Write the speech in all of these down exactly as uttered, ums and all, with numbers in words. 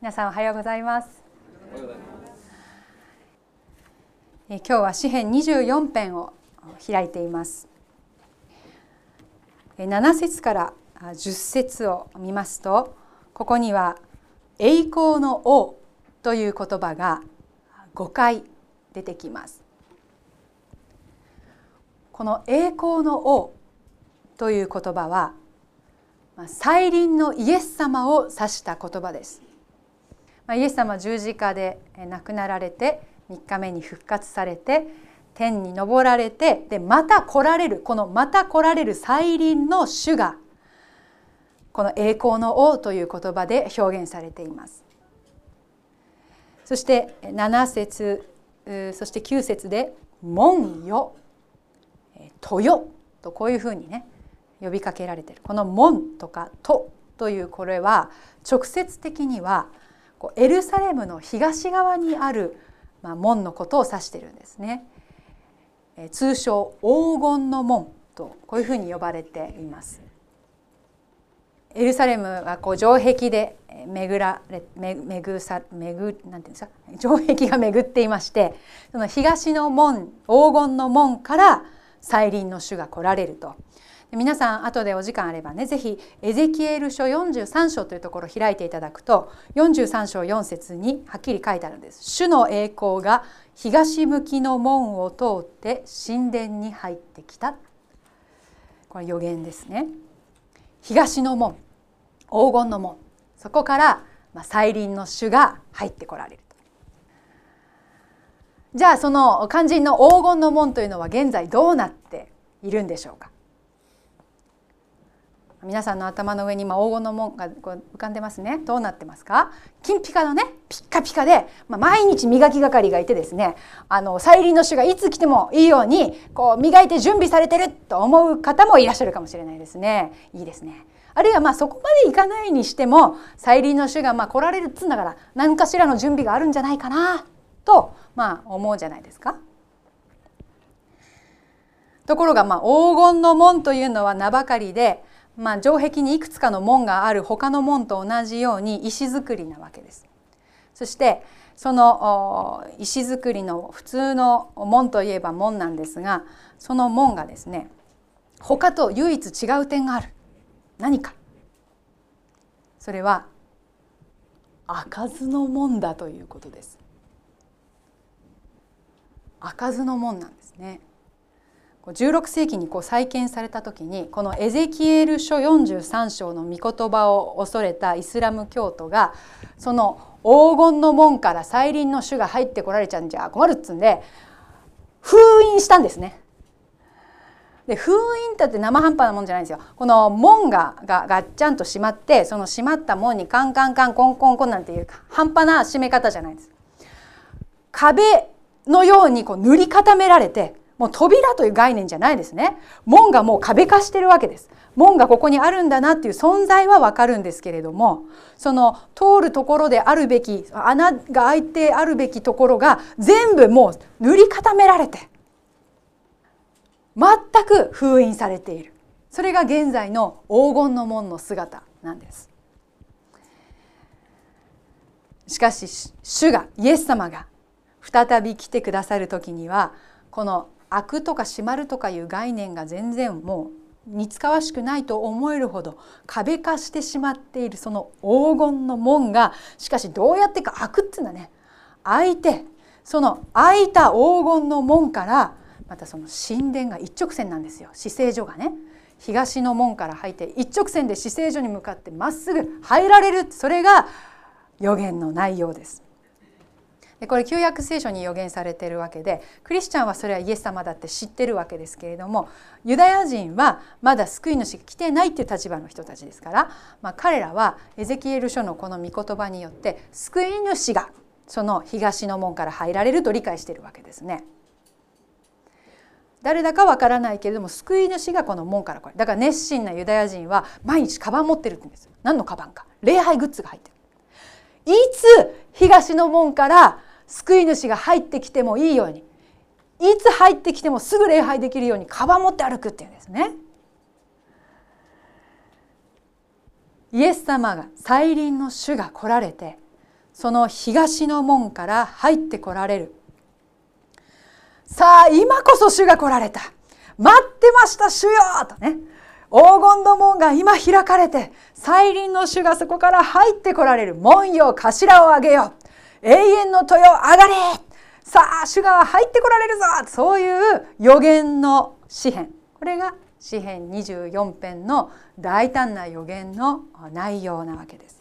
皆さんおはようございます。今日は詩編にじゅうよん編を開いています。なな節からじゅっ節を見ますと、ここには栄光の王という言葉がごかい出てきます。この栄光の王という言葉は再臨のイエス様を指した言葉です。イエス様は十字架で亡くなられてみっかめに復活されて天に昇られて、でまた来られる、このまた来られる再臨の主がこの栄光の王という言葉で表現されています。そしてなな節そしてきゅう節で門よ戸よとこういうふうにね呼びかけられている。この門とか戸というこれは直接的にはエルサレムの東側にある門のことを指しているんですね。通称黄金の門とこういうふうに呼ばれています。エルサレムはこう城壁で巡られ巡さ巡なんていうんですか、城壁が巡っていまして、その東の門、黄金の門から再臨の主が来られると。皆さん後でお時間あればね、ぜひエゼキエル書よんじゅうさん章というところを開いていただくと、よんじゅうさん章よん節にはっきり書いてあるんです。主の栄光が東向きの門を通って神殿に入ってきた。これ予言ですね。東の門、黄金の門、そこから再臨の主が入ってこられると。じゃあその肝心の黄金の門というのは現在どうなっているんでしょうか。皆さんの頭の上に今黄金の門が浮かんでますね。どうなってますか。金ピカのね、ピッカピカで、まあ、毎日磨き係がいてですね、あの再臨の主がいつ来てもいいようにこう磨いて準備されてると思う方もいらっしゃるかもしれないですね。いいですね。あるいはまあそこまでいかないにしても、再臨の主がまあ来られるっつうんだから何かしらの準備があるんじゃないかなとまあ思うじゃないですか。ところがまあ黄金の門というのは名ばかりで、まあ、城壁にいくつかの門がある他の門と同じように石造りなわけです。そしてその石造りの普通の門といえば門なんですが、その門がですね、他と唯一違う点がある。何か。それは開かずの門だということです。開かずの門なんですね。じゅうろく世紀にこう再建された時に、このエゼキエル書よんじゅうさん章の御言葉を恐れたイスラム教徒が、その黄金の門から再臨の主が入ってこられちゃうんじゃ困るっつんで封印したんですね。で封印だって生半端なもんじゃないんですよ。この門ががガッチャンと閉まって、その閉まった門にカンカンカンコンコンコンなんていう半端な閉め方じゃないです。壁のようにこう塗り固められて、もう扉という概念じゃないですね。門がもう壁化してるわけです。門がここにあるんだなっていう存在はわかるんですけれども、その通るところであるべき穴が開いてあるべきところが全部もう塗り固められて全く封印されている。それが現在の黄金の門の姿なんです。しかし主が、イエス様が再び来てくださる時には、この開くとか閉まるとかいう概念が全然もう似つかわしくないと思えるほど壁化してしまっているその黄金の門が、しかしどうやってか開くっていうのはね、開いて、その開いた黄金の門からまたその神殿が一直線なんですよ。至聖所がね、東の門から入って一直線で至聖所に向かってまっすぐ入られる。それが預言の内容です。でこれ旧約聖書に予言されているわけで、クリスチャンはそれはイエス様だって知ってるわけですけれども、ユダヤ人はまだ救い主が来てないっていう立場の人たちですから、まあ、彼らはエゼキエル書のこの御言葉によって救い主がその東の門から入られると理解しているわけですね。誰だかわからないけれども救い主がこの門から来る。だから熱心なユダヤ人は毎日カバン持ってるんですよ。何のカバンか、礼拝グッズが入ってる。いつ東の門から救い主が入ってきてもいいように、いつ入ってきてもすぐ礼拝できるようにカバン持って歩くっていうんですね。イエス様が再臨の主が来られて、 その東の門から入ってこられる。さあ今こそ主が来られた、待ってました主よとね、黄金の門が今開かれて、再臨の主がそこから入ってこられる。門よ頭を上げよ、永遠の豊上がれ、さあ主が入ってこられるぞ、そういう予言の詩編、これが詩編にじゅうよん編の大胆な予言の内容なわけです。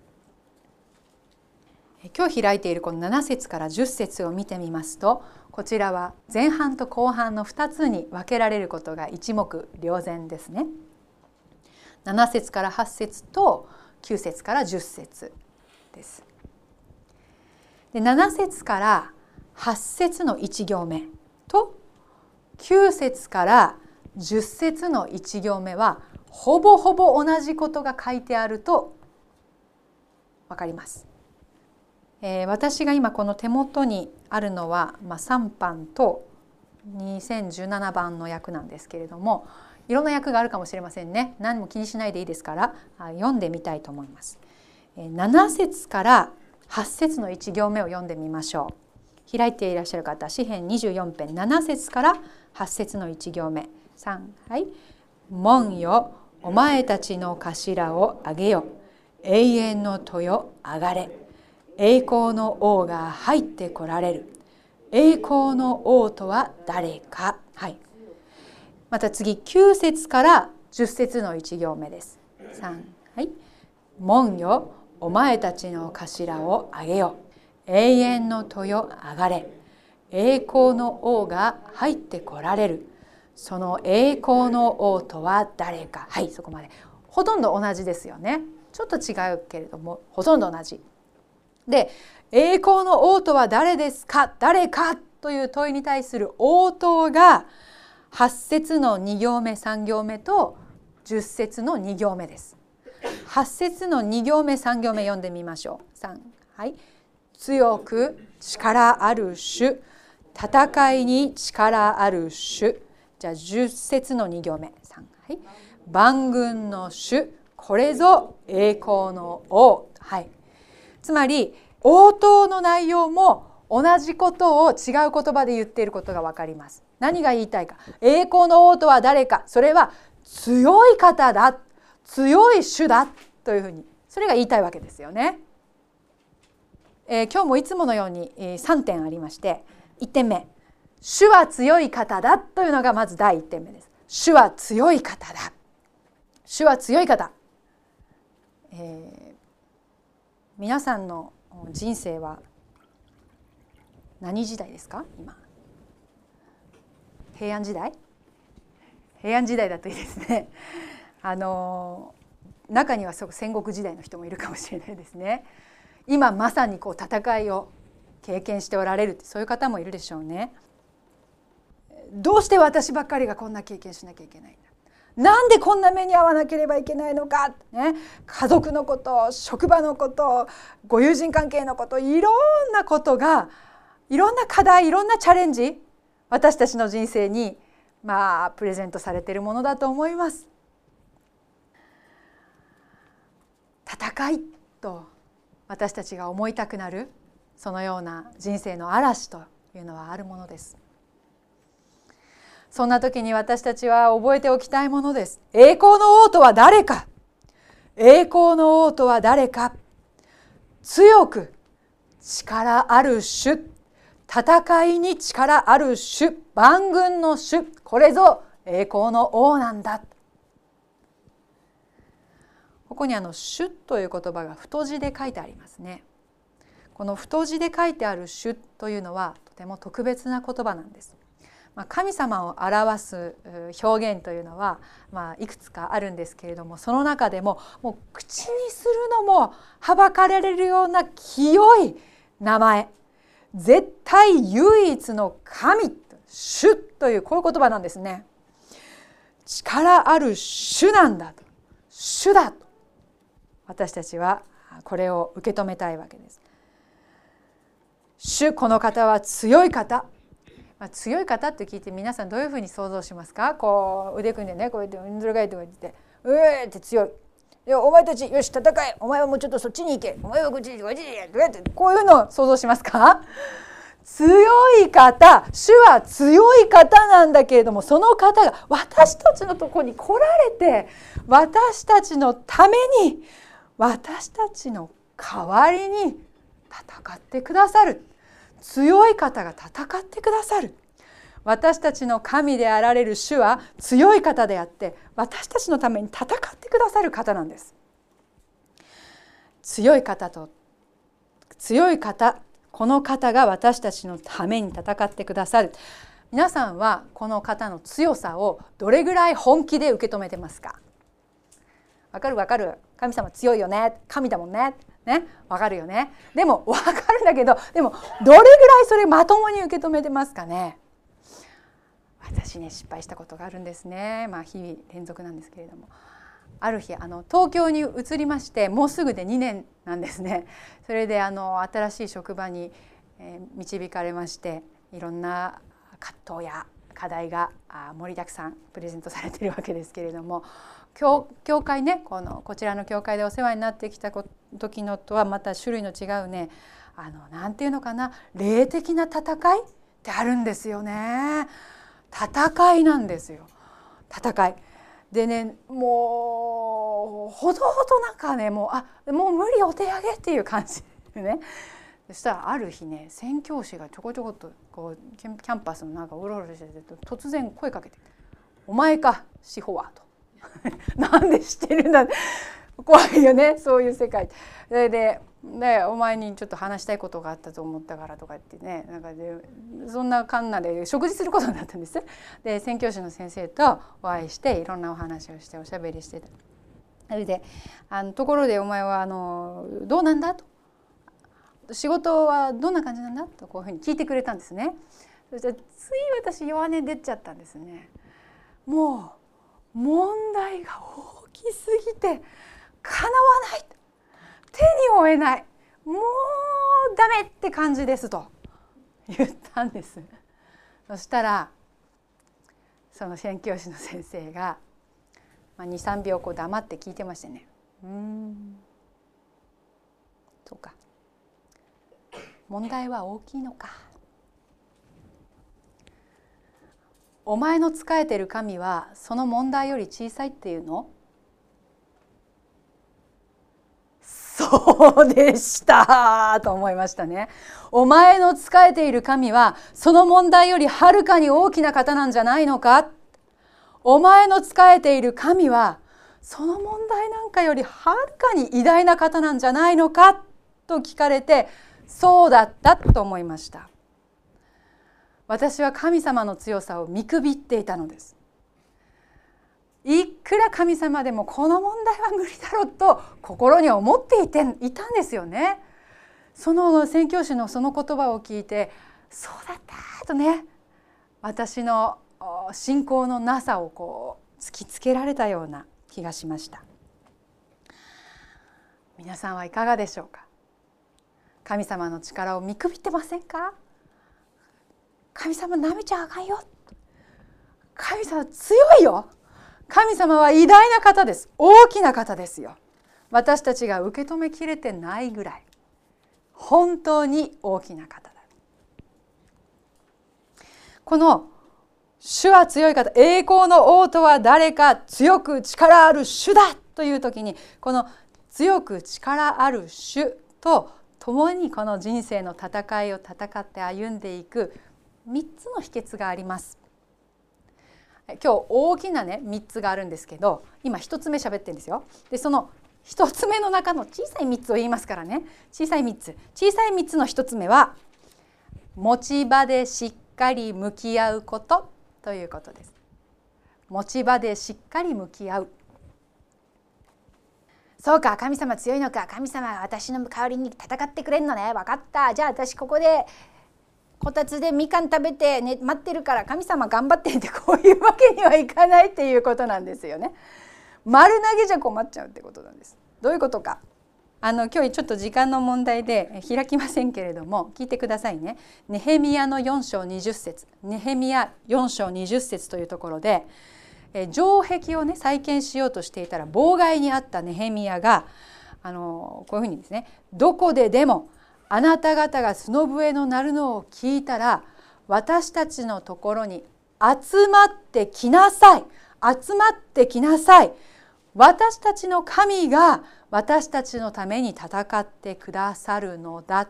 今日開いているこのなな節からじゅっ節を見てみますと、こちらは前半と後半のふたつに分けられることが一目瞭然ですね。なな節からはち節ときゅう節からじゅっ節です。でなな節からはち節のいち行目ときゅう節からじゅっ節のいち行目はほぼほぼ同じことが書いてあると分かります。えー、私が今この手元にあるのは、まあ、さん版とにせんじゅうなな版の訳なんですけれども、いろんな訳があるかもしれませんね。何も気にしないでいいですから読んでみたいと思います。えー、なな節からはち節のいち行目を読んでみましょう。開いていらっしゃる方、詩編にじゅうよん編なな節からはち節のいち行目。さん、はい。門よ、お前たちの頭を上げよ、永遠の豊上がれ、栄光の王が入ってこられる。栄光の王とは誰か。はい。また次きゅう節からじゅっ節のいち行目です。さん、はい。門よ、お前たちの頭を上げよ、永遠の豊上がれ、栄光の王が入ってこられる。その栄光の王とは誰か。はい、そこまで。ほとんど同じですよね。ちょっと違うけれどもほとんど同じ。で、栄光の王とは誰ですか、誰かという問いに対する応答がはち節のに行目さん行目とじゅっ節のに行目です。はち節のに行目さん行目読んでみましょう。さん、はい。強く力ある主、戦いに力ある主。じゃあじゅっ節のに行目。さん、はい。万軍の主、これぞ栄光の王。はい。つまり応答の内容も同じことを違う言葉で言っていることが分かります。何が言いたいか。栄光の王とは誰か。それは強い方だ。強い主だ。というふうに、それが言いたいわけですよね。えー、今日もいつものように、えー、さんてんありまして、いってんめ。主は強い方だというのがまずだいいってんめです。主は強い方だ。主は強い方。えー皆さんの人生は何時代ですか？今平安時代？平安時代だといいですね。あの中には戦国時代の人もいるかもしれないですね。今まさにこう戦いを経験しておられるって、そういう方もいるでしょうね。どうして私ばっかりがこんな経験しなきゃいけないんだ、なんでこんな目に遭わなければいけないのか、ね、家族のこと、職場のこと、ご友人関係のこと、いろんなことが、いろんな課題、いろんなチャレンジ、私たちの人生にまあプレゼントされているものだと思います。戦いと私たちが思いたくなる、そのような人生の嵐というのはあるものです。そんな時に私たちは覚えておきたいものです。栄光の王とは誰か。栄光の王とは誰か。強く力ある主、戦いに力ある主、万軍の主、これぞ栄光の王なんだ。ここにあの主という言葉が太字で書いてありますね。この太字で書いてある主というのはとても特別な言葉なんです。神様を表す表現というのは、まあ、いくつかあるんですけれども、その中でももう口にするのもはばかられるような清い名前、絶対唯一の神、主というこういう言葉なんですね。力ある主なんだと、主だと私たちはこれを受け止めたいわけです。主、この方は強い方。まあ、強い方って聞いて皆さんどういうふうに想像しますか？こう腕組んでね、こうやってうんずるがいとか言ってうえーって強い、 お前たちよし戦え、お前はもうちょっとそっちに行け、お前はこっちにこっちにどうやって、こういうのを想像しますか？強い方、主は強い方なんだけれども、その方が私たちのところに来られて、私たちのために、私たちの代わりに戦ってくださる。強い方が戦ってくださる。私たちの神であられる主は強い方であって、私たちのために戦ってくださる方なんです。強い方と強い方、この方が私たちのために戦ってくださる。皆さんはこの方の強さをどれぐらい本気で受け止めてますか？わかるわかる。神様強いよね。神だもんね。ね、わかるよね。でもわかるんだけど、でもどれぐらいそれまともに受け止めてますかね。私ね、失敗したことがあるんですね。まあ日々連続なんですけれども、ある日あの東京に移りまして、もうすぐでにねんなんですね。それであの新しい職場に、えー、導かれまして、いろんな葛藤や課題が盛りだくさんプレゼントされているわけですけれども、教, 教会ね、このこちらの教会でお世話になってきた時のとはまた種類の違うね、あのなんていうのかな、霊的な戦いってあるんですよね。戦いなんですよ。戦いでね、もうほどほどなんかね、もうあもう無理お手上げっていう感じでね。そしたらある日ね、宣教師がちょこちょこっとこうキャンパスの中をうろうろしてて、突然声かけて「お前か志保は」となんで知ってるんだ、怖いよね、そういう世界で。ででお前にちょっと話したいことがあったと思ったからとか言ってね、なんかでそんなカンナで食事することになったんです。で宣教師の先生とお会いしていろんなお話をしておしゃべりしてた。それであのところでお前はあのどうなんだと、仕事はどんな感じなんだとこういうふうに聞いてくれたんですね。そしてつい私弱音出ちゃったんですね。もう問題が大きすぎてかなわない、手に負えない、もうダメって感じですと言ったんです。そしたらその宣教師の先生が、まあ、にさんびょうこう黙って聞いてましてね、うーんそうか、問題は大きいのか、お前の仕えている神はその問題より小さいっていうの？そうでしたと思いましたね。お前の仕えている神はその問題よりはるかに大きな方なんじゃないのか。お前の仕えている神はその問題なんかよりはるかに偉大な方なんじゃないのかと聞かれて、そうだったと思いました。私は神様の強さを見くびっていたのです。いくら神様でもこの問題は無理だろうと心に思っていていたんですよね。その宣教師のその言葉を聞いて、そうだったとね、私の信仰のなさをこう突きつけられたような気がしました。皆さんはいかがでしょうか。神様の力を見くびってませんか。神様なめちゃあかんよ、神様強いよ、神様は偉大な方です、大きな方ですよ。私たちが受け止めきれてないぐらい本当に大きな方だ。この主は強い方、栄光の王とは誰か、強く力ある主だという時に、この強く力ある主と共にこの人生の戦いを戦って歩んでいくみっつの秘訣があります。今日大きなねみっつがあるんですけど、今ひとつめ喋ってるんですよ。でそのひとつめの中の小さいみっつを言いますからね。小さいみっつ小さいみっつのひとつめは、持ち場でしっかり向き合うことということです。持ち場でしっかり向き合う。そうか、神様強いのか、神様は私の代わりに戦ってくれんのね、分かった、じゃあ私ここでこたつでみかん食べて、ね、待ってるから神様頑張ってって、こういうわけにはいかないっていうことなんですよね。丸投げじゃ困っちゃうってことなんです。どういうことか、あの今日ちょっと時間の問題で開きませんけれども、聞いてくださいね。ネヘミヤのよん章にじゅっ節、ネヘミヤよん章にじゅっ節というところで、 城壁をね再建しようとしていたら妨害にあったネヘミヤがあのこういうふうにですね、どこででもあなた方が角笛の鳴るのを聞いたら私たちのところに集まってきなさい、集まってきなさい、私たちの神が私たちのために戦ってくださるのだ。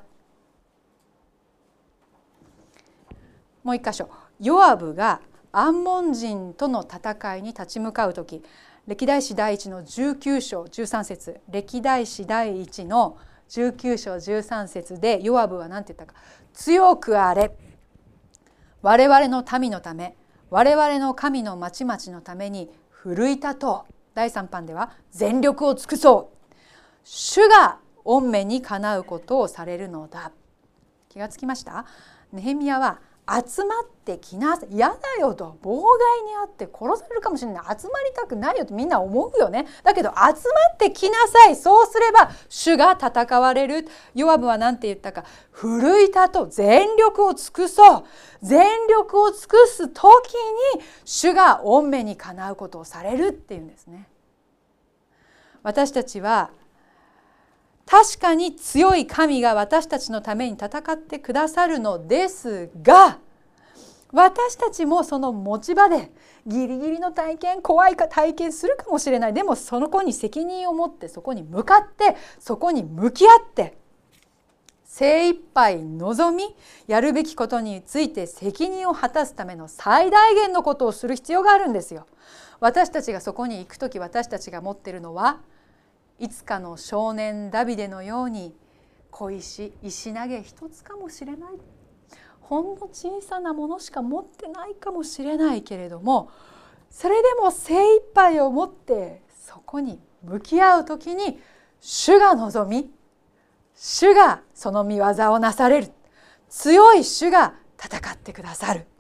もう一箇所、ヨアブがアンモン人との戦いに立ち向かうとき、歴代史第一のじゅうきゅう章じゅうさん節、歴代史第一のじゅうきゅう章じゅうさん節でヨアブは何て言ったか、強くあれ、我々の民のため、我々の神の町々のために奮い立とう。だいさん版では全力を尽くそう。主が御目にかなうことをされるのだ。気がつきました？ネヘミヤは集まってきなさい、嫌だよと、妨害にあって殺されるかもしれない、集まりたくないよってみんな思うよね。だけど集まってきなさい、そうすれば主が戦われる。ヨアブは何て言ったか、奮い立とう、全力を尽くそう、全力を尽くす時に主が御目にかなうことをされるっていうんですね。私たちは確かに強い神が私たちのために戦ってくださるのですが、私たちもその持ち場でギリギリの体験、怖い体験するかもしれない。でもその子に責任を持って、そこに向かってそこに向き合って精一杯望み、やるべきことについて責任を果たすための最大限のことをする必要があるんですよ。私たちがそこに行くとき、私たちが持っているのは、いつかの少年ダビデのように小石、石投げ一つかもしれない、ほんの小さなものしか持ってないかもしれないけれども、それでも精一杯を持ってそこに向き合うときに主が望み、主がその御業をなされる、強い主が戦ってくださる。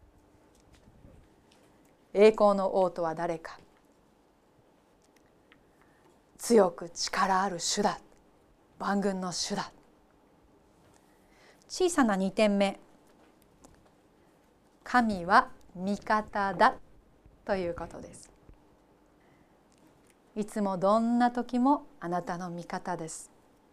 栄光の王とは誰か。強く力ある主だ、万軍の主だ。小さなにてんめ、神は味方だということです。いつもどんな時もあなたの味方です。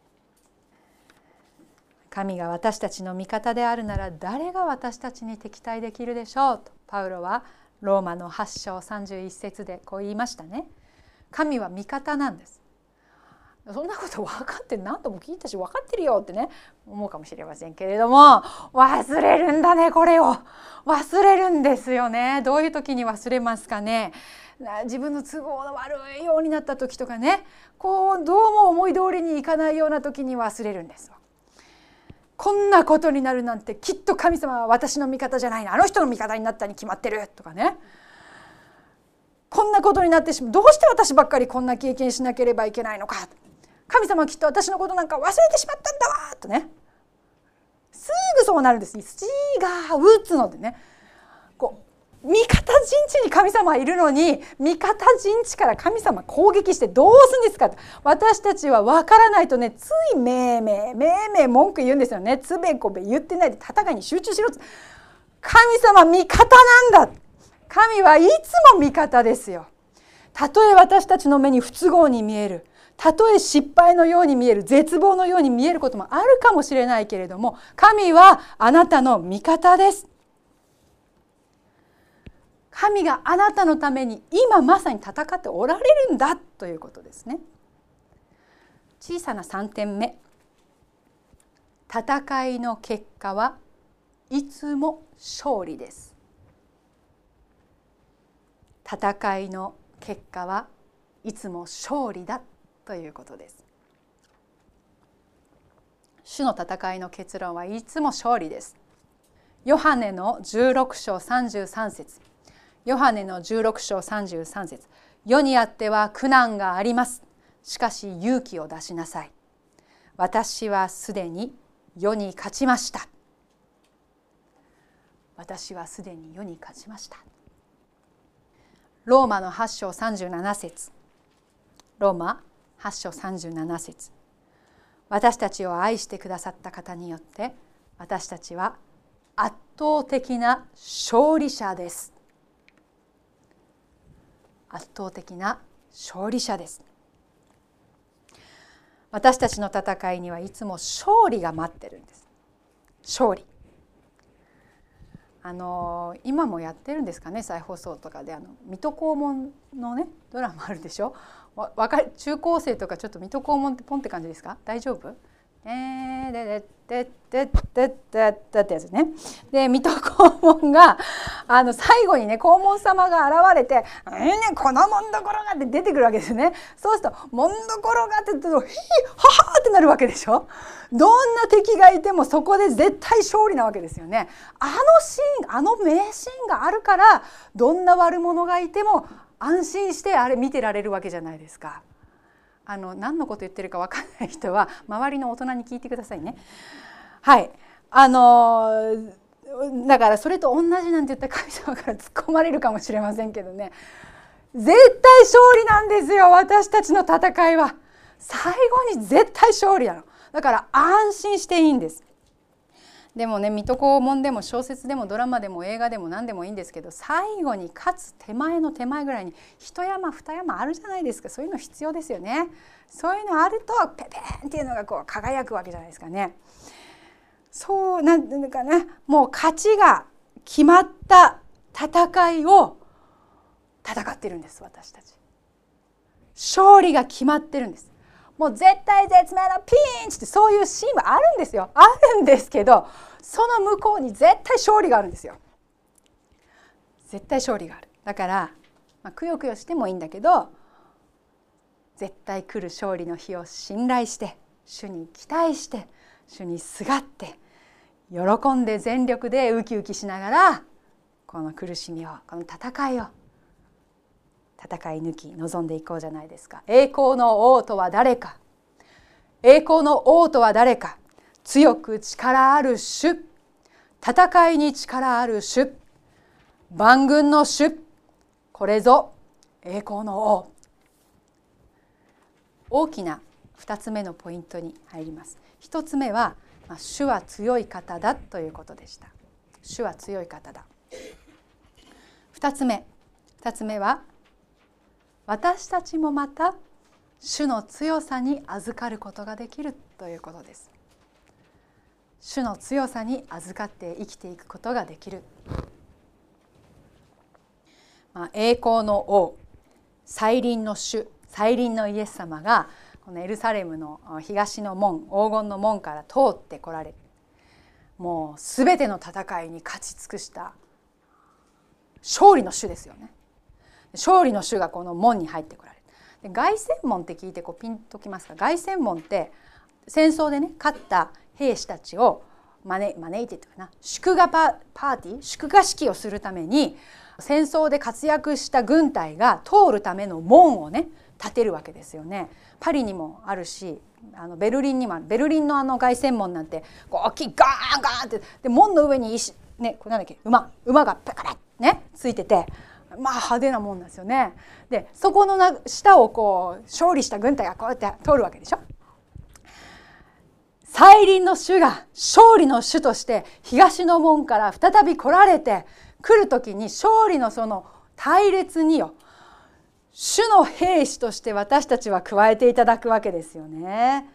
神が私たちの味方であるなら誰が私たちに敵対できるでしょうと、パウロはローマのはち章さんじゅういち節でこう言いましたね。神は味方なんです。そんなこと分かって何度も聞いたし分かってるよってね思うかもしれませんけれども、忘れるんだね、これを忘れるんですよね。どういう時に忘れますかね。自分の都合の悪いようになった時とかね、こうどうも思い通りにいかないような時に忘れるんですよ。こんなことになるなんてきっと神様は私の味方じゃないな、あの人の味方になったに決まってるとかね、こんなことになってしまう、どうして私ばっかりこんな経験しなければいけないのか、神様はきっと私のことなんか忘れてしまったんだわとね、すぐそうなるんです。違うつのでね、こう味方陣地に神様はいるのに、味方陣地から神様攻撃してどうするんですか。私たちは分からないとね、ついめいめいめいめい文句言うんですよね。つべこべ言ってないで戦いに集中しろ。神様味方なんだ。神はいつも味方ですよ。たとえ私たちの目に不都合に見える、たとえ失敗のように見える、絶望のように見えることもあるかもしれないけれども、神はあなたの味方です。神があなたのために今まさに戦っておられるんだということですね。小さなさんてんめ、戦いの結果はいつも勝利です。戦いの結果はいつも勝利だということです。主の戦いの結論はいつも勝利です。ヨハネのじゅうろく章さんじゅうさん節、ヨハネのじゅうろく章さんじゅうさん節、世にあっては苦難があります。しかし勇気を出しなさい。私はすでに世に勝ちました。私はすでに世に勝ちました。ローマのはち章さんじゅうなな節、ローマはち章さんじゅうなな節、私たちを愛してくださった方によって私たちは圧倒的な勝利者です。 圧倒的な勝利者です。私たちの戦いにはいつも勝利が待ってるんです。勝利。あの今もやってるんですかね、再放送とかで。あの水戸黄門のねドラマあるでしょ。わわか中高生とかちょっと水戸黄門ってポンって感じですか？大丈夫？えー、でででででででってやつね。で水戸黄門があの最後にね黄門様が現れて「えーねこの紋所が」って出てくるわけですね。そうすると「紋所が」って言うと「ヒーハハ」ってなるわけでしょ。どんな敵がいてもそこで絶対勝利なわけですよね。あのシーンあの名シーンがあるからどんな悪者がいても安心してあれ見てられるわけじゃないですか。あの何のこと言ってるか分かんない人は周りの大人に聞いてくださいね。はい、あのだからそれと同じなんて言ったら神様から突っ込まれるかもしれませんけどね、絶対勝利なんですよ。私たちの戦いは最後に絶対勝利なの。だから安心していいんです。でもね、水戸黄門でも小説でもドラマでも映画でも何でもいいんですけど、最後に勝つ手前の手前ぐらいに一山二山あるじゃないですか。そういうの必要ですよね。そういうのあるとペペーンっていうのがこう輝くわけじゃないですかね。そうなんていうかね、もう勝ちが決まった戦いを戦ってるんです。私たち勝利が決まってるんです。もう絶対絶命のピンチってそういうシーンはあるんですよ。あるんですけど、その向こうに絶対勝利があるんですよ。絶対勝利がある。だから、まあ、くよくよしてもいいんだけど、絶対来る勝利の日を信頼して主に期待して主にすがって喜んで全力でウキウキしながらこの苦しみをこの戦いを戦い抜き臨んでいこうじゃないですか。栄光の王とは誰か。栄光の王とは誰か。強く力ある主。戦いに力ある主。万軍の主。これぞ栄光の王。大きなふたつめのポイントに入ります。ひとつめは、主は強い方だということでした。主は強い方だ。ふたつめ。ふたつめは、私たちもまた主の強さに預かることができるということです。主の強さに預かって生きていくことができる。まあ、栄光の王、再臨の主、再臨のイエス様がこのエルサレムの東の門、黄金の門から通ってこられる。もうすべての戦いに勝ち尽くした勝利の主ですよね。勝利の主がこの門に入ってこられる。凱旋門って聞いてこうピンときますか。凱旋門って戦争でね勝った兵士たちを招招いてというかな、祝賀パーティー祝賀式をするために戦争で活躍した軍隊が通るための門をね建てるわけですよね。パリにもあるし、あのベルリンにもある。ベルリンのあの凱旋門なんてこう大きいガーンガーンってで門の上に石ねこれなんだっけ馬馬がペカラッねついてて。まあ派手なもんなんですよね。でそこの下をこう勝利した軍隊がこうやって通るわけでしょ。再臨の主が勝利の主として東の門から再び来られて来る時に勝利のその隊列によ主の兵士として私たちは加えていただくわけですよね。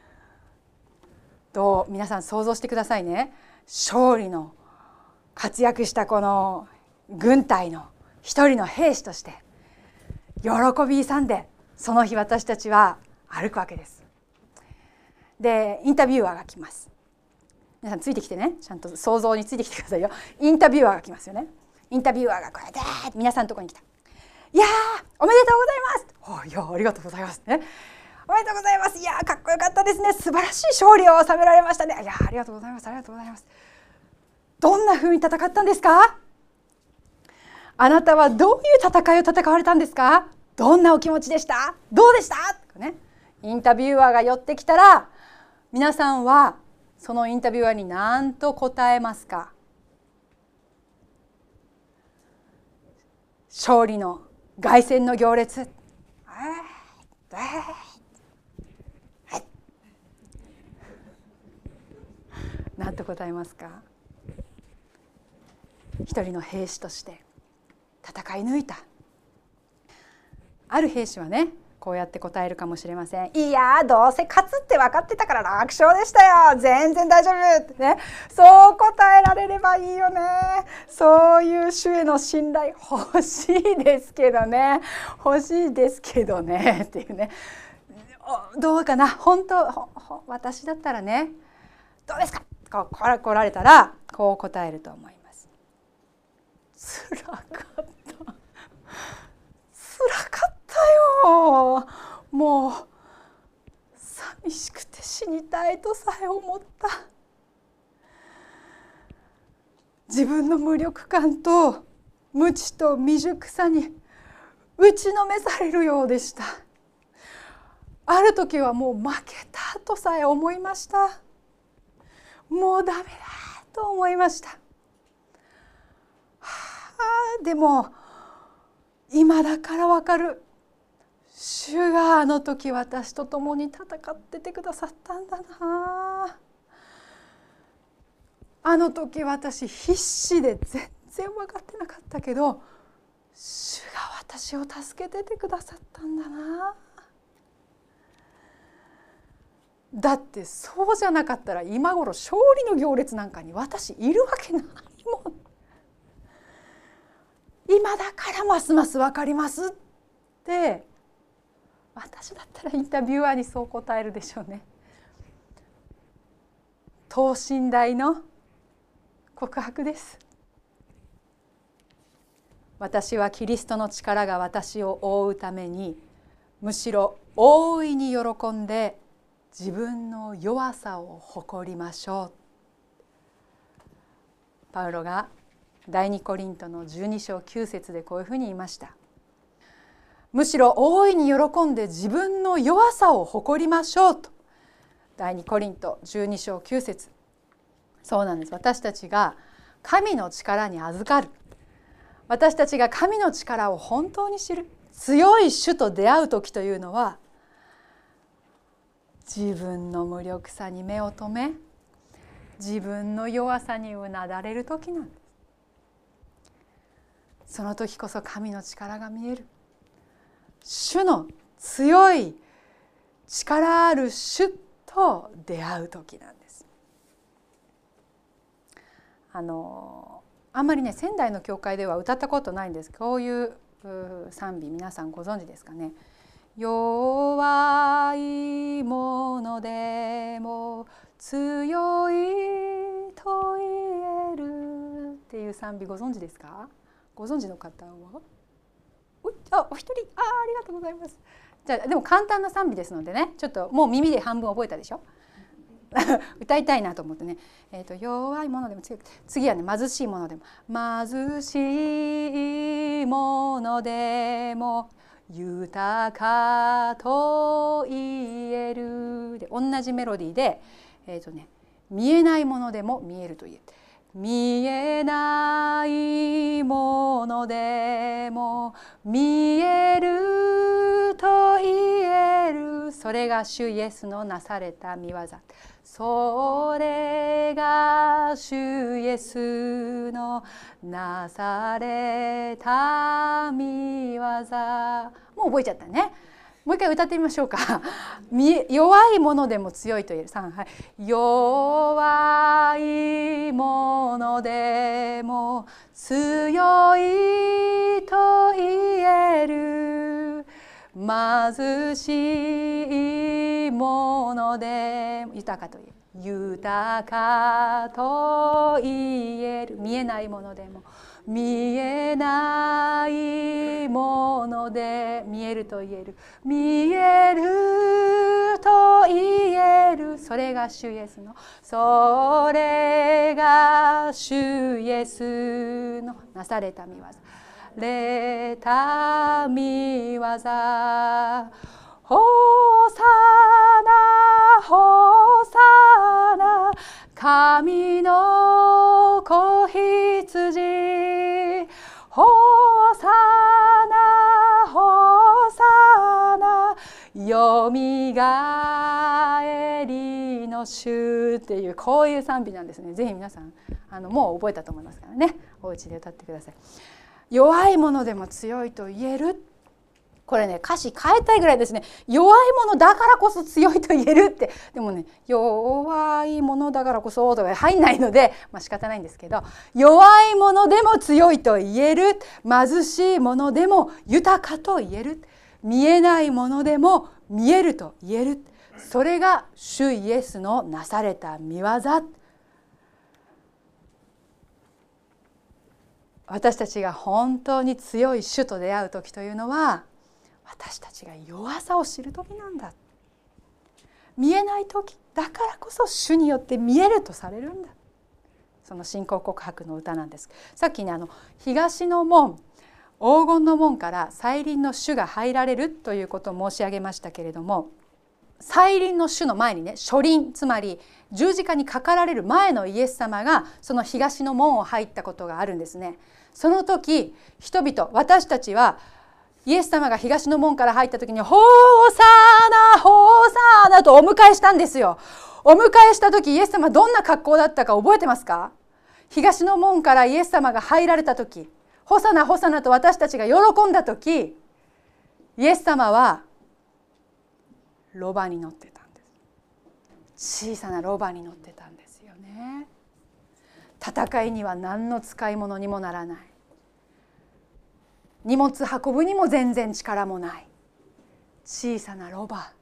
どう皆さん想像してくださいね。勝利の活躍したこの軍隊の一人の兵士として喜び勇んでその日私たちは歩くわけです。でインタビュアーが来ます。皆さんついてきてね、ちゃんと想像についてきてくださいよ。インタビュアーが来ますよね。インタビュアーがこうやって皆さんのところに来た。いやーおめでとうございます。いやありがとうございますね。おめでとうございます。いやーかっこよかったですね。素晴らしい勝利を収められましたね。いやありがとうございます。ありがとうございます。どんな風に戦ったんですか。あなたはどういう戦いを戦われたんですか。どんなお気持ちでした。どうでした、ね、インタビュアーが寄ってきたら皆さんはそのインタビュアーに何と答えますか。勝利の凱旋の行列、何と答えますか。一人の兵士として戦い抜いたある兵士はねこうやって答えるかもしれません。いやどうせ勝つって分かってたから楽勝でしたよ、全然大丈夫ってね、そう答えられればいいよね。そういう主への信頼欲しいですけどね欲しいですけどねっていうね、どうかな、本当私だったらねどうですかこう来られたらこう答えると思います。つらかったつらかったよ、もう寂しくて死にたいとさえ思った。自分の無力感と無知と未熟さに打ちのめされるようでした。ある時はもう負けたとさえ思いました。もうダメだと思いました。はあ、でも今だからわかる、主があの時私と共に戦っててくださったんだな。あの時私必死で全然分かってなかったけど、主が私を助けててくださったんだな。だってそうじゃなかったら今頃勝利の行列なんかに私いるわけないもん。今だからますます分かりますって私だったらインタビュアーにそう答えるでしょうね。等身大の告白です。私はキリストの力が私を覆うためにむしろ大いに喜んで自分の弱さを誇りましょう。パウロが第二コリントのじゅうに章きゅう節でこういうふうに言いました。むしろ大いに喜んで自分の弱さを誇りましょうと。第二コリントじゅうに章きゅう節。そうなんです。私たちが神の力に預かる、私たちが神の力を本当に知る強い主と出会う時というのは、自分の無力さに目を留め自分の弱さにうなだれる時なんです。その時こそ神の力が見える。主の強い力ある主と出会う時なんです。あのあんまりね仙台の教会では歌ったことないんです。こういう賛美皆さんご存知ですかね。弱いものでも強いと言えるっていう賛美ご存知ですか？ご存知の方はおあお一人 あ, ありがとうございます。じゃあでも簡単な賛美ですのでね、ちょっともう耳で半分覚えたでしょ歌いたいなと思ってね、えー、と弱いものでも強く、次はね貧しいものでも貧しいものでも豊かと言えるで同じメロディーで、えーとね、見えないものでも見えると言える。見えないものでも見えると言える、それが主イエスのなされた御業、それが主イエスのなされた御業。もう覚えちゃったね。もう一回歌ってみましょうか。弱いものでも強いと言える。さん、はい、弱いものでも強いと言える、貧しいものでも豊かと言える、豊かと言える、見えないものでも見えないもので見えると言える、見えると言える、それが主イエスの、それが主イエスのなされた御業、れた御業。ホサナホサナ神の子羊、ホサナホサナよみがえりの主っていう、こういう賛美なんですね。ぜひ皆さんあのもう覚えたと思いますからね、お家で歌ってください。弱いものでも強いと言える、 これね、歌詞変えたいぐらいですね。弱いものだからこそ強いと言えるって。でもね、弱いものだからこそとか入んないので、まあ仕方ないんですけど、弱いものでも強いと言える。貧しいものでも豊かと言える。見えないものでも見えると言える。それが主イエスのなされた御業。私たちが本当に強い主と出会う時というのは、私たちが弱さを知る時なんだ。見えない時だからこそ主によって見えるとされるんだ。その信仰告白の歌なんです。さっきね、あの東の門、黄金の門から再臨の主が入られるということを申し上げましたけれども、再臨の主の前にね、初臨、つまり十字架にかかられる前のイエス様がその東の門を入ったことがあるんですね。その時人々、私たちはイエス様が東の門から入った時にホーサーナホーサーナとお迎えしたんですよ。お迎えした時イエス様どんな格好だったか覚えてますか？東の門からイエス様が入られた時、ホサナホサナと私たちが喜んだ時、イエス様はロバに乗ってたんです。小さなロバに乗ってたんですよね。戦いには何の使い物にもならない。荷物運ぶにも全然力もない小さなロバ。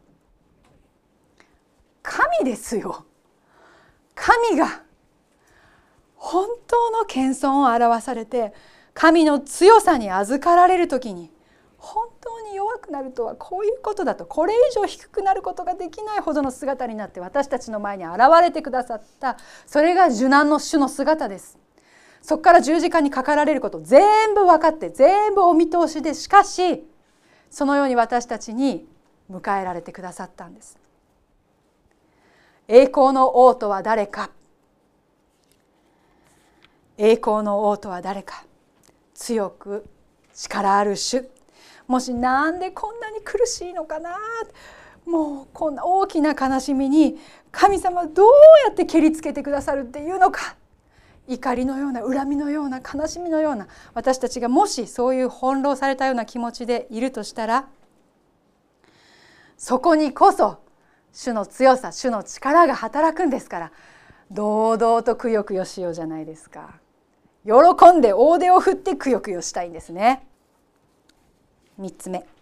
神ですよ。神が本当の謙遜を表されて、神の強さに預かられるときに、本当に弱くなるとはこういうことだと、これ以上低くなることができないほどの姿になって私たちの前に現れてくださった、それが受難の主の姿です。そこから十字架にかかられること全部分かって、全部お見通しで、しかしそのように私たちに迎えられてくださったんです。栄光の王とは誰か。栄光の王とは誰か。強く力ある主。もしなんでこんなに苦しいのかな、もうこんな大きな悲しみに神様どうやって蹴りつけてくださるっていうのか、怒りのような、恨みのような、悲しみのような、私たちがもしそういう翻弄されたような気持ちでいるとしたら、そこにこそ主の強さ、主の力が働くんですから、堂々とくよくよしようじゃないですか。喜んで大手を振ってくよくよしたいんですね。みっつめ、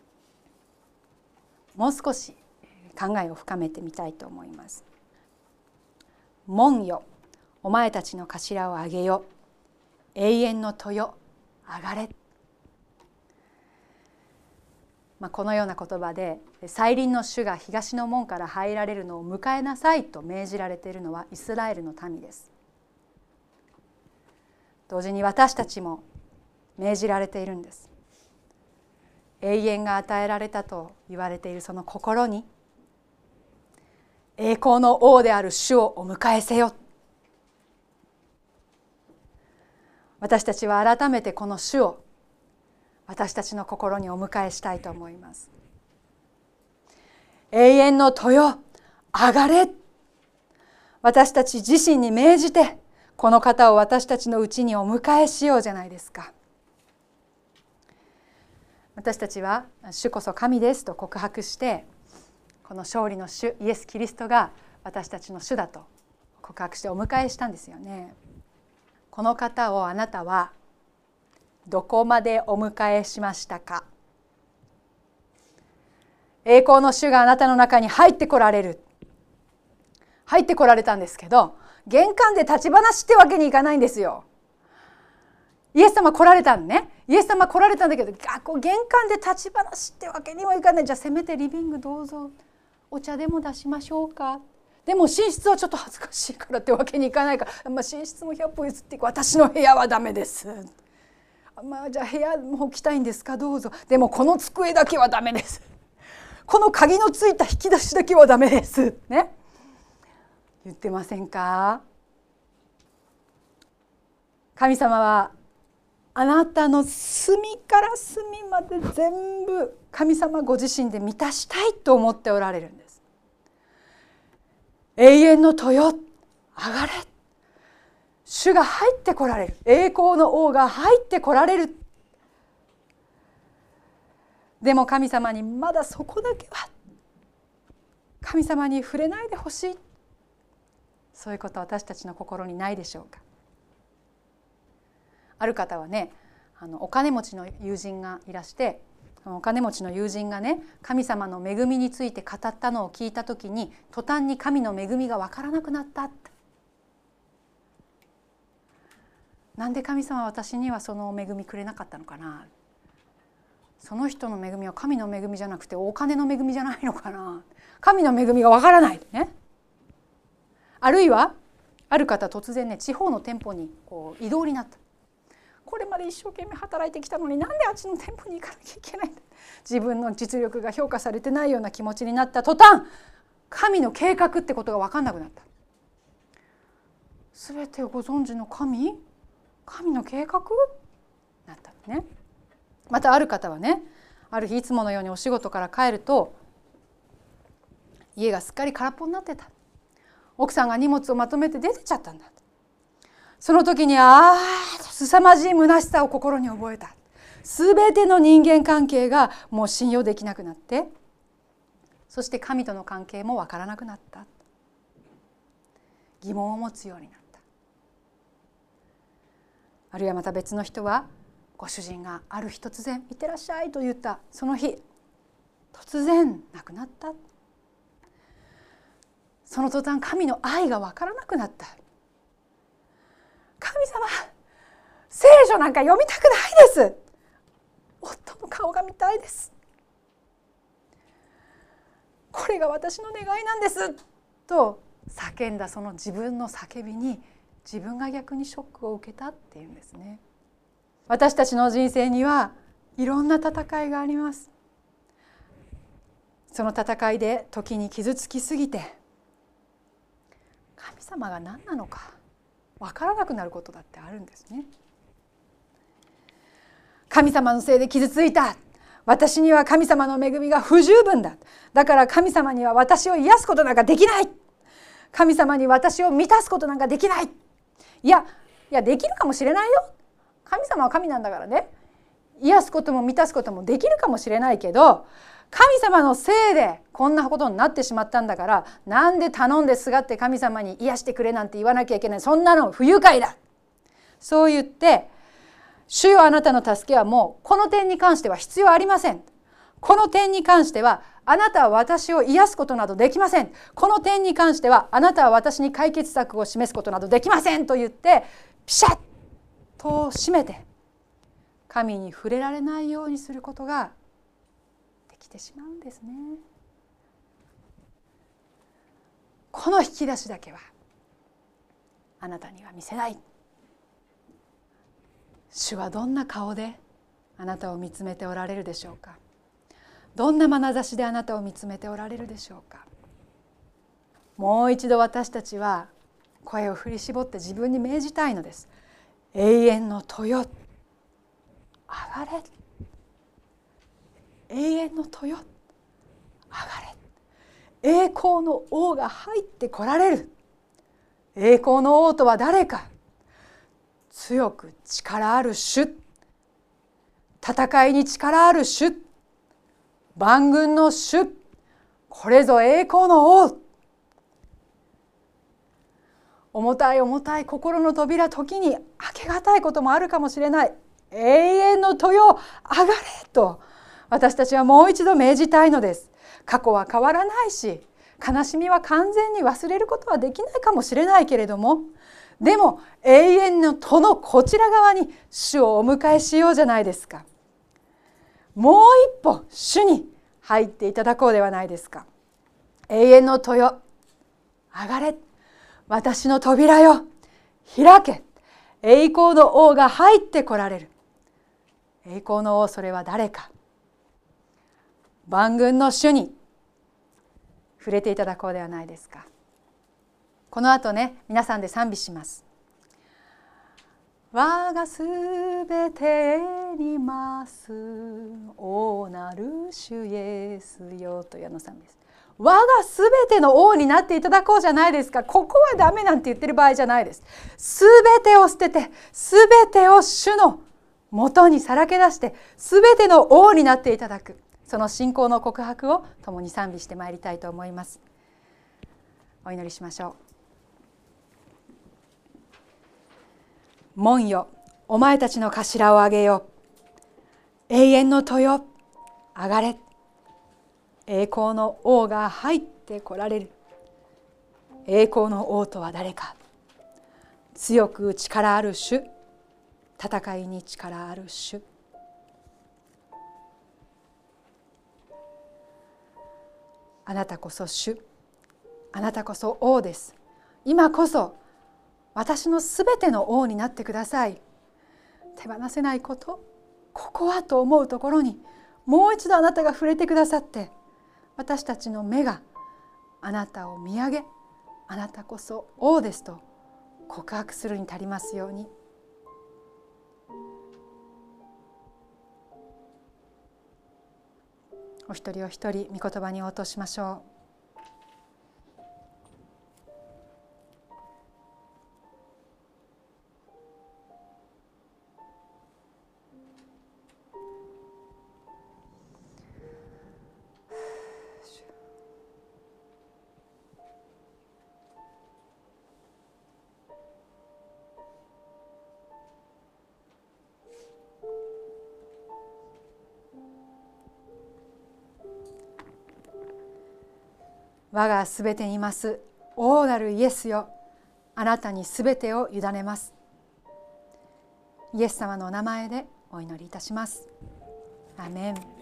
もう少し考えを深めてみたいと思います。門よ、お前たちの頭を上げよ、永遠の戸よ、上がれ。まあ、このような言葉で再臨の主が東の門から入られるのを迎えなさいと命じられているのはイスラエルの民です。同時に私たちも命じられているんです。永遠が与えられたと言われているその心に、栄光の王である主をお迎えせよ。私たちは改めてこの主を私たちの心にお迎えしたいと思います。永遠の戸よ、上がれ。私たち自身に命じてこの方を私たちのうちにお迎えしようじゃないですか。私たちは主こそ神ですと告白して、この勝利の主イエス・キリストが私たちの主だと告白してお迎えしたんですよね。この方をあなたはどこまでお迎えしましたか？栄光の主があなたの中に入ってこられる。入ってこられたんですけど、玄関で立ち話ってわけにいかないんですよ。イエス様来られたんね。イエス様来られたんだけど、あ、こう玄関で立ち話ってわけにもいかない。じゃあせめてリビングどうぞ、お茶でも出しましょうか。でも寝室はちょっと恥ずかしいからってわけにいかないから、まあ、寝室もひゃっぽ譲っていく。私の部屋はダメです。まあ、じゃあ部屋も来たいんですか、どうぞ。でもこの机だけはダメです。この鍵のついた引き出しだけはダメですね。言ってませんか？神様はあなたの隅から隅まで全部神様ご自身で満たしたいと思っておられるんです。永遠の戸よ、上がれ。主が入ってこられる。栄光の王が入ってこられる。 でも神様にまだそこだけは神様に触れないでほしい、そういうことは私たちの心にないでしょうか。ある方はね、あのお金持ちの友人がいらして、お金持ちの友人がね、神様の恵みについて語ったのを聞いた時に、途端に神の恵みが分からなくなったって。なんで神様は私にはその恵みくれなかったのかな、その人の恵みは神の恵みじゃなくてお金の恵みじゃないのかな、神の恵みが分からないね。あるいはある方突然ね、地方の店舗にこう異動になった。これまで一生懸命働いてきたのになんであっちの店舗に行かなきゃいけないんだ、自分の実力が評価されてないような気持ちになった途端、神の計画ってことが分かんなくなった。すべてをご存知の神、神の計画なったのね。またある方はね、ある日いつものようにお仕事から帰ると、家がすっかり空っぽになってた。奥さんが荷物をまとめて出てっちゃったんだ。その時にああ凄まじい虚しさを心に覚えた。すべての人間関係がもう信用できなくなって、そして神との関係もわからなくなった。疑問を持つようになった。あるいはまた別の人は、ご主人がある日突然「いってらっしゃい」と言ったその日、突然亡くなった。その途端神の愛がわからなくなった。神様、聖書なんか読みたくないです。夫の顔が見たいです。これが私の願いなんですと叫んだ、その自分の叫びに自分が逆にショックを受けたっていうんですね。私たちの人生にはいろんな戦いがあります。その戦いで時に傷つきすぎて、神様が何なのか分からなくなることだってあるんですね。神様のせいで傷ついた。私には神様の恵みが不十分だ。だから神様には私を癒すことなんかできない。神様に私を満たすことなんかできない。いや、いやできるかもしれないよ。神様は神なんだからね。癒すことも満たすこともできるかもしれないけど、神様のせいでこんなことになってしまったんだから、なんで頼んですがって神様に癒してくれなんて言わなきゃいけない。そんなの不愉快だ。そう言って、主よあなたの助けはもうこの点に関しては必要ありません。この点に関してはあなたは私を癒すことなどできません。この点に関してはあなたは私に解決策を示すことなどできませんと言って、ピシャッと閉めて神に触れられないようにすることができてしまうんですね。この引き出しだけはあなたには見せない。主はどんな顔であなたを見つめておられるでしょうか。どんな眼差しであなたを見つめておられるでしょうか。もう一度私たちは声を振り絞って自分に命じたいのです。永遠の戸よ、上がれ。永遠の戸よ、上がれ。栄光の王が入ってこられる。栄光の王とは誰か。強く力ある主、戦いに力ある主、万軍の主、これぞ栄光の王。重たい重たい心の扉、時に開けがたいこともあるかもしれない。永遠の戸よ、上がれと私たちはもう一度命じたいのです。過去は変わらないし、悲しみは完全に忘れることはできないかもしれないけれども、でも永遠の戸のこちら側に主をお迎えしようじゃないですか。もう一歩主に入っていただこうではないですか。永遠の戸よ、上がれ。私の扉よ、開け。栄光の王が入ってこられる。栄光の王、それは誰か。万軍の主に触れていただこうではないですか。この後ね、皆さんで賛美します。我がすべてにます王なる主イエスよというあの賛美です。我がすべての王になっていただこうじゃないですか。ここはダメなんて言ってる場合じゃないです。すべてを捨てて、すべてを主の元にさらけ出して、すべての王になっていただく。 その信仰の告白を共に賛美してまいりたいと思います。お祈りしましょう。門よ、お前たちの頭を上げよ。永遠の戸よ、上がれ。栄光の王が入ってこられる。栄光の王とは誰か。強く力ある主、戦いに力ある主。あなたこそ主、あなたこそ王です。今こそ私のすべての王になってください。手放せないこと、ここはと思うところにもう一度あなたが触れてくださって、私たちの目があなたを見上げ、あなたこそ王ですと告白するに足りますように。お一人お一人御言葉に応答しましょう。我がすべてにいます王なるイエスよ、あなたにすべてを委ねます。イエス様のお名前でお祈りいたします。アーメン。